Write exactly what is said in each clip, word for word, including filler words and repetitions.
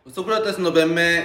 ソクラテスの弁明。 あの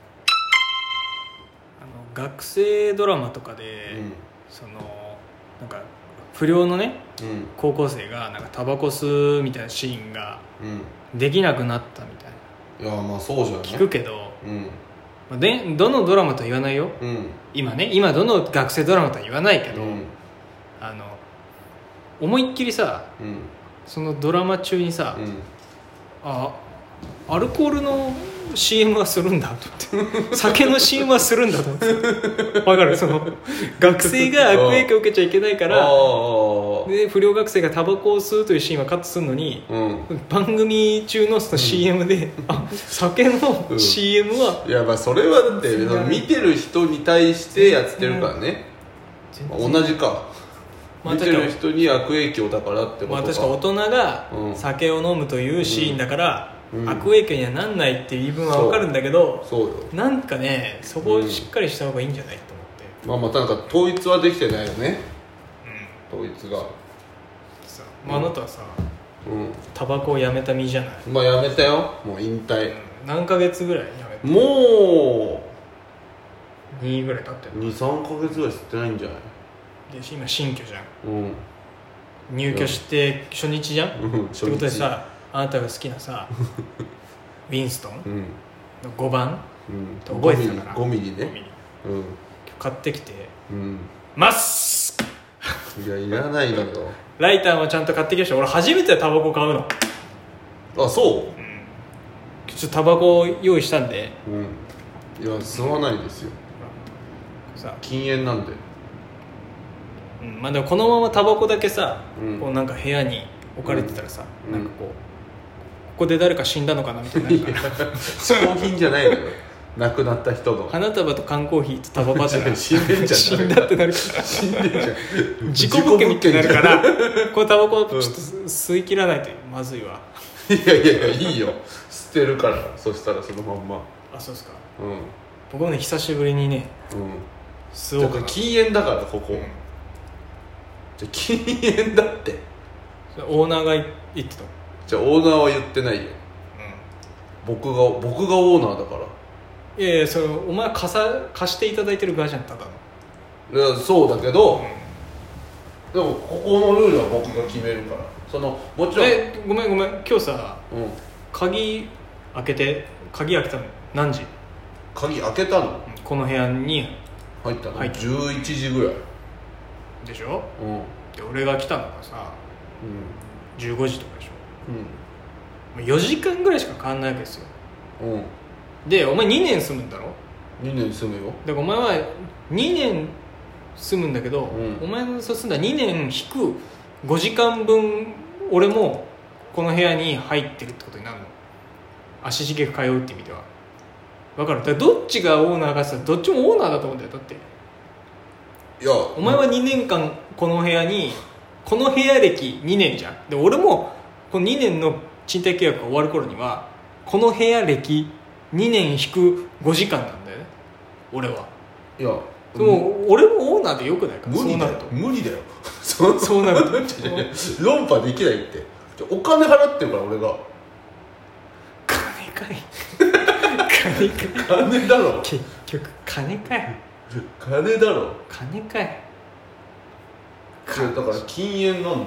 学生ドラマとかで、 うんそのなんか不良のねうん高校生がなんかタバコ吸うみたいなシーンがうんできなくなったみたいいやまあそうじゃない。 な聞くけど、 うんまあでどのドラマとは言わないようん今ね今どの学生ドラマとは言わないけど、 うんあの思いっきりさうんそのドラマ中にさ、 うんあアルコールの シーエム はするんだと思って酒の シーエム はするんだと思ってわかるその学生が悪影響を受けちゃいけないからで不良学生がタバコを吸うというシーンはカットするのに、 うん、 番組中のその シーエム で、うん、あ酒の シーエム は、 うん、いやまあそれはだって見てる人に対してやってるからね、まあ、同じか、まあ、見てる人に悪影響だからってことか、 まあ、確か大人が酒を飲むというシーンだから、うんうん、悪影響にはなんないっていう言い分は分かるんだけど、 そうよなんかねそこをしっかりした方がいいんじゃないと思って、 まあまあなんか統一はできてないよね、うん、統一がさ、まあ、あなたはさうんタバコをやめた身じゃない。 まあやめたよもう引退、うん、 何ヶ月ぐらいやめた。 もうにぐらい経ってる。 にさんかげつぐらい吸ってないんじゃないで今新居じゃん、 うん、 入居して初日じゃん、うん、ってことでさあなたが好きなさウィンストンのごばん、うん、覚えてたからごミリね、うん、 買ってきて、 うん、 ますいやいらないのよ。 ライターもちゃんと買ってきました。俺初めてタバコ買うの。 あそう、うん、 ちょっとタバコを用意したんで、 うん、いや吸わないですよ、うん、さ禁煙なんで、 うん、まあでもこのままタバコだけさ、うん、こうなんか部屋に置かれてたらさ、うん、なんかこうここで誰か死んだのかなみたいな嗜好品じゃないのよ亡くなった人の花束と缶コーヒーとタバコだったら死んでんじゃん死んだってなるから死んでんじゃん事故物件みたいになるからこれタバコちょっと吸い切らないとまずいわ。 いやいやいやいいよ捨てるからそしたらそのまんま。 あそうですか、 うん、 僕もね久しぶりにね、うん、吸おうかな。 禁煙だからここ、うん、じゃ禁煙だってオーナーが言ってた。 じゃあオーナーは言ってないよ、うん、僕が僕がオーナーだから。 いやいやそれお前貸さ貸していただいてる側じゃんただの。 いやそうだけど、うん、でもここのルールは僕が決めるからそのもちろんえごめんごめん今日さ、うん、鍵開けて鍵開けたの何時？ 鍵開けたの？ この部屋に入ったの入ったじゅういちじぐらいでしょ、うん、で俺が来たのがさ、うん、じゅうごじとかでしょ、うん、よじかんぐらいしか変わんないわけですよ、うん、でお前にねん住むんだろ。 にねん住むよ。 だからお前はにねん住むんだけど、うん、お前の住んだにねん引くごじかんぶん俺もこの部屋に入ってるってことになるの。足しげく通うって意味では分かる。だからどっちがオーナーかってどっちもオーナーだと思うんだよ。だっていやお前はにねんかんこの部屋にこの部屋歴にねんじゃん。で俺もこのにねんの賃貸契約が終わる頃にはこの部屋歴にねん引くごじかんなんだよね俺は。いやでも俺もオーナーでよくないか。 無理だよそう無理だよそうそうなると論破できないって。お金払ってるから俺が。 金かい金かい金だろ結局金かい金だろ金かい。 だから禁煙なんだって。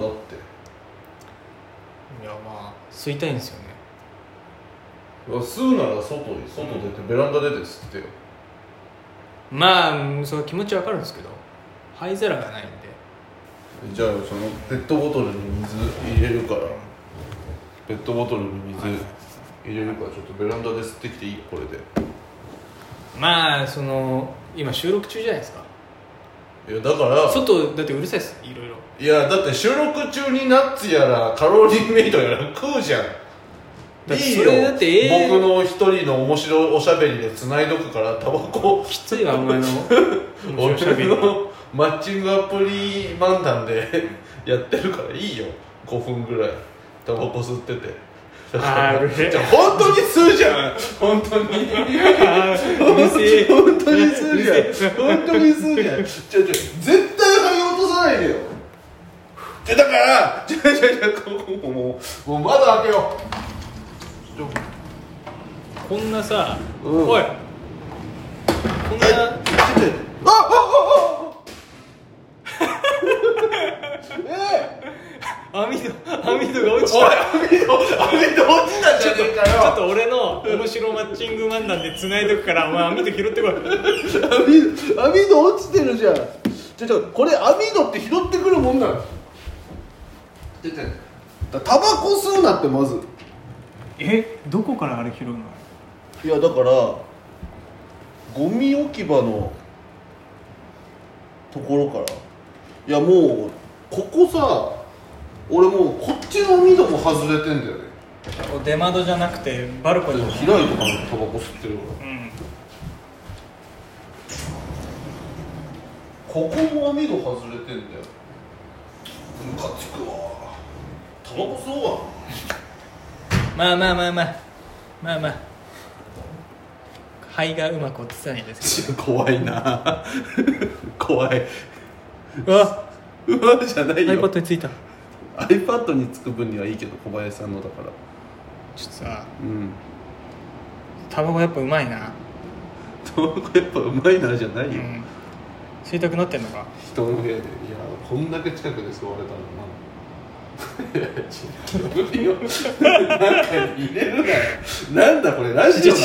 いやまあ吸いたいんですよね。 いや吸うなら外に外出て、うん、ベランダ出て吸ってよ。 まあその気持ちわかるんですけど灰皿がないんで。 じゃあそのペットボトルに水入れるからペットボトルに水入れるからちょっとベランダで吸ってきていいよこれで。 まあその今収録中じゃないですか。 いやだから外だってうるさいっすいろいろ。 いやだって収録中にナッツやらカロリーメイトやら食うじゃん。いいよだって、えー、僕の一人の面白いおしゃべりで繋いどくからタバコきついわお前の俺のマッチングアプリ漫談でやってるからいいよごふんぐらいタバコ吸ってて。 あーじゃあ本当に吸うじゃん本当に本当に吸うじゃん本当に吸うじゃん。じゃあ絶対剥ぎ落とさないでよ。じゃだからじゃじゃじゃもうもう窓開けよう。 こんなさ、 うん、 おいこんなああああえー、網戸網戸が落ちた。 おい網戸網戸落ちたじゃねえかよ。 ちょっと俺の面白マッチング漫談で繋いどくからお前網戸拾ってこい。 網戸網戸落ちてるじゃん。ちょちょこれ網戸って拾ってくるもんなの。ちょちょタバコ吸うなってまず。 えどこからあれ拾うの？ いやだからゴミ置き場のところから。いやもうここさ俺もうこっちの網戸も外れてんだよね。 出窓じゃなくてバルコニー。 開いとかのタバコ吸ってるから、うん、ここも網戸外れてんだよ。ムカつくわ。タバコ吸おうわ。 まあまあまあまあまあまあ肺がうまく落ちてないですけど怖いな怖い。 うわうわじゃないよ。 iPad についた。 iPad につく分にはいいけど小林さんのだから。 ちょっとさ、 うん、 タバコやっぱうまいな。 タバコやっぱうまいなじゃないよ、うん、 吸いたくなってんのか人の部屋で。いやこんだけ近くで吸われたのな。いや自分よなんか入れるなよ。なんだこれラジオなの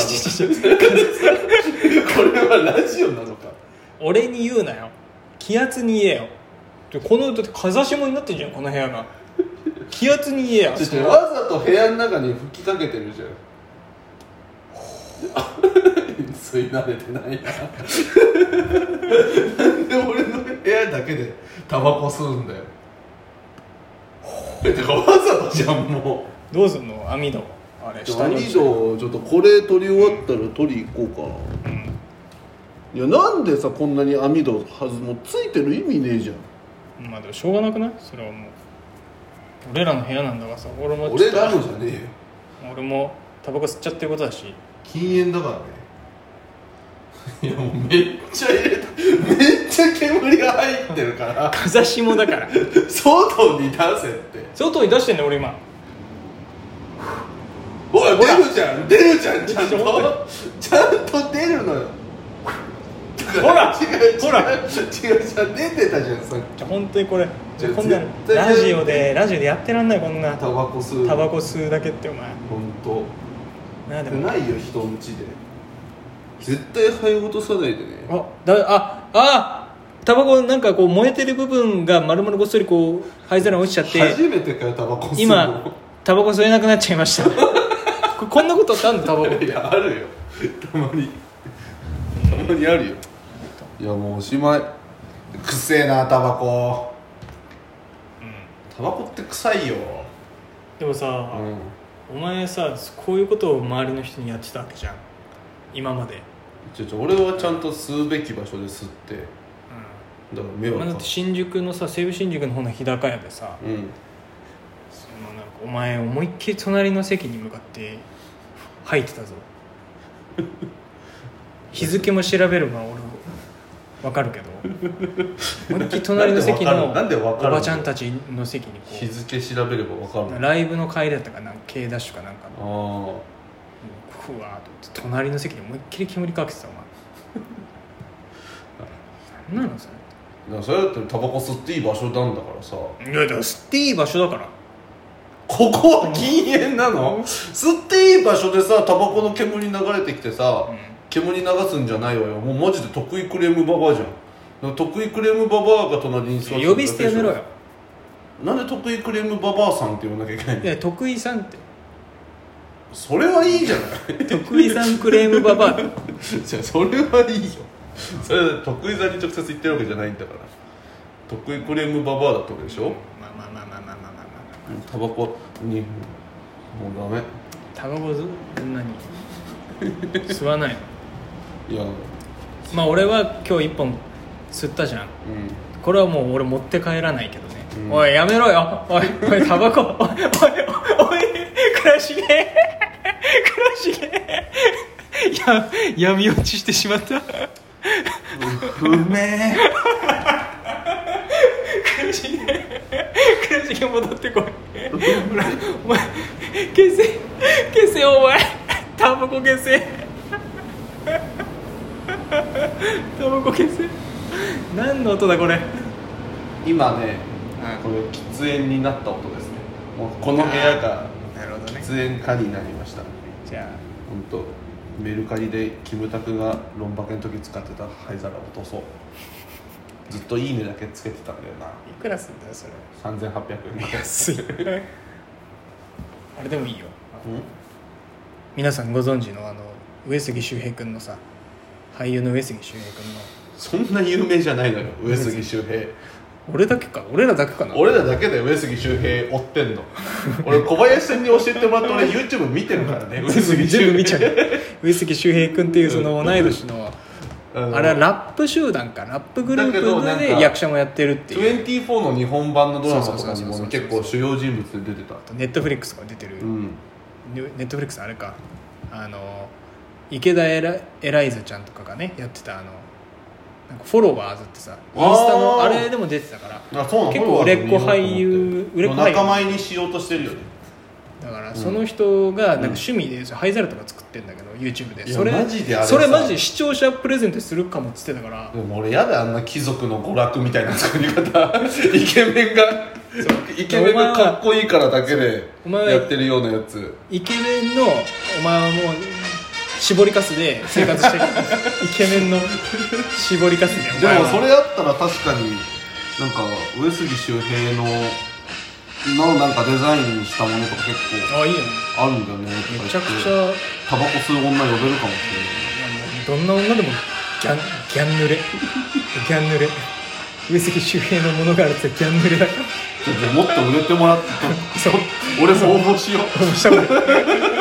これはラジオなのか。 俺に言うなよ。気圧に言えよ。このだって風下になってんじゃんこの部屋が。気圧に言えや。 わざと部屋の中に吹きかけてるじゃん。吸い慣れてないな。なんで俺の部屋だけでタバコ吸うんだよ。てかわざとじゃんもう。どうすんの網戸。あれ下に網戸ちょっとこれ取り終わったら取り行こうかな、うん、いやなんでさこんなに網戸はずもうついてる意味ねえじゃん。 まあでもしょうがなくない？それはもう俺らの部屋なんだからさ。俺も俺らのじゃねえよ。 俺もタバコ吸っちゃってることだし。 禁煙だからね。いやもうめっちゃ入れた。めっちゃ煙が入ってるから風下だから外に出せって。 外に出してんね俺今。 おい出るじゃん出るじゃんちゃんとちゃんと出るのよ。 ほら違う違うほら違う違う出てたじゃんさっき。 じゃ本当にこれじゃこんなラジオでラジオでやってらんないこんなタバコ吸うタバコ吸うだけってお前本当なでもないよ人んちで。絶対灰落とさないでね。 あだああタバコなんかこう燃えてる部分が丸々ごっそりこう灰皿に落ちちゃって初めてかよタバコ吸うの。 今タバコ吸えなくなっちゃいましたこんなことってあるのタバコって。 いやあるよたまにたまにあるよ。いやもうおしまい。くせえなタバコ、うん、タバコって臭いよ。 でもさ、うん、お前さこういうことを周りの人にやってたわけじゃん今まで。 ちょちょ俺はちゃんと吸うべき場所で吸って、うん、だから迷惑か、 まあ、だって新宿のさ西武新宿の方の日高屋でさ、うん、そのなんかお前思いっきり隣の席に向かって吐いてたぞ日付も調べれば俺分かるけど思いっきり隣の席のおばちゃんたちの席にこう日付調べれば分かる。 ライブの帰りだったかな K ダッシュかなんかのあうわーと隣の席に思いっきり煙かけてたお前何なのそれ。 だからそれだってタバコ吸っていい場所なんだからさ。 いやだから吸っていい場所だから。 ここは禁煙なの、うん、吸っていい場所でさタバコの煙流れてきてさ、うん、煙流すんじゃないわよ。もうマジで得意クレームババアじゃん。だから得意クレームババアが隣に座って呼び捨てやめろよ。 なんで得意クレームババアさんって言わなきゃいけないの。 いや得意さんってそれはいいじゃない得意さんクレームババアじゃあそれはいいよ。それ得意さんに直接言ってるわけじゃないんだから。得意クレームババアだってことでしょ。 まあまあまあまあまあまあまあまあタバコにもうダメ。 タバコそんなに吸わないの。 いやまあ俺は今日一本吸ったじゃん、うん、これはもう俺持って帰らないけどね、うん、おいやめろよおいおいタバコおいおいおい倉重倉重や闇落ちしてしまったうめえ倉重倉重戻ってこいほらお前消せ消せお前タバココ消せタバコ消せ何の音だこれ。 今ね、 うん、 これ喫煙になった音ですね。もうこの部屋がなるほどね、 喫煙家になりました。 じゃあ本当メルカリでキムタクがロンバケの時使ってた灰皿を落とそう。ずっといいねだけつけてたんだよな。 いくらすんだよそれ。 さんぜんはっぴゃくえん。 安いあれでもいいよ。 うん皆さんご存知のあの上杉周平君のさ、俳優の上杉周平君の、 そんな有名じゃないのよ上杉周平。 俺だけか、俺らだけかな。 俺らだけで上杉周平追ってんの。俺小林さんに教えてもらって俺 YouTube 見てるからね。上杉周平全部見ちゃう上杉周平君っていうその同い年の、 うん、 あれはラップ集団か、ラップグループで役者もやってるっていう。 にじゅうよんの日本版のドラマとかにも結構主要人物で出てた。 ネットフリックスとか出てる、 うん、 ネットフリックスあれか、あの池田エラ、エライザちゃんとかがねやってたあのなんかフォロワーズってさ、インスタのあれでも出てたから、 あそうな結構売れっ子俳優、売れっ子俳優仲間入りしようとしてるよね。 だからその人がなんか趣味で灰皿とか作ってんだけど、うん、YouTube でそれマジであれそれマジで視聴者プレゼントするかもっつってたから。 でも俺やだ、あんな貴族の娯楽みたいな作り方イケメンがイケメンがかっこいいからだけでやってるようなやつ。 イケメンのお前はもう絞りかすで生活してるイケメンの絞りかすでお前は。 でもそれあったら確かになんか上杉周平ののなんかデザインにしたものとか結構あいいよね、 あるんだよね。 めちゃくちゃタバコ吸う女呼べるかもしれない。いやもうどんな女でもギャンギャン濡れギャン濡れ上杉周平のものがあるってギャン濡れだから。 もっと売れてもらって俺も応募しよう。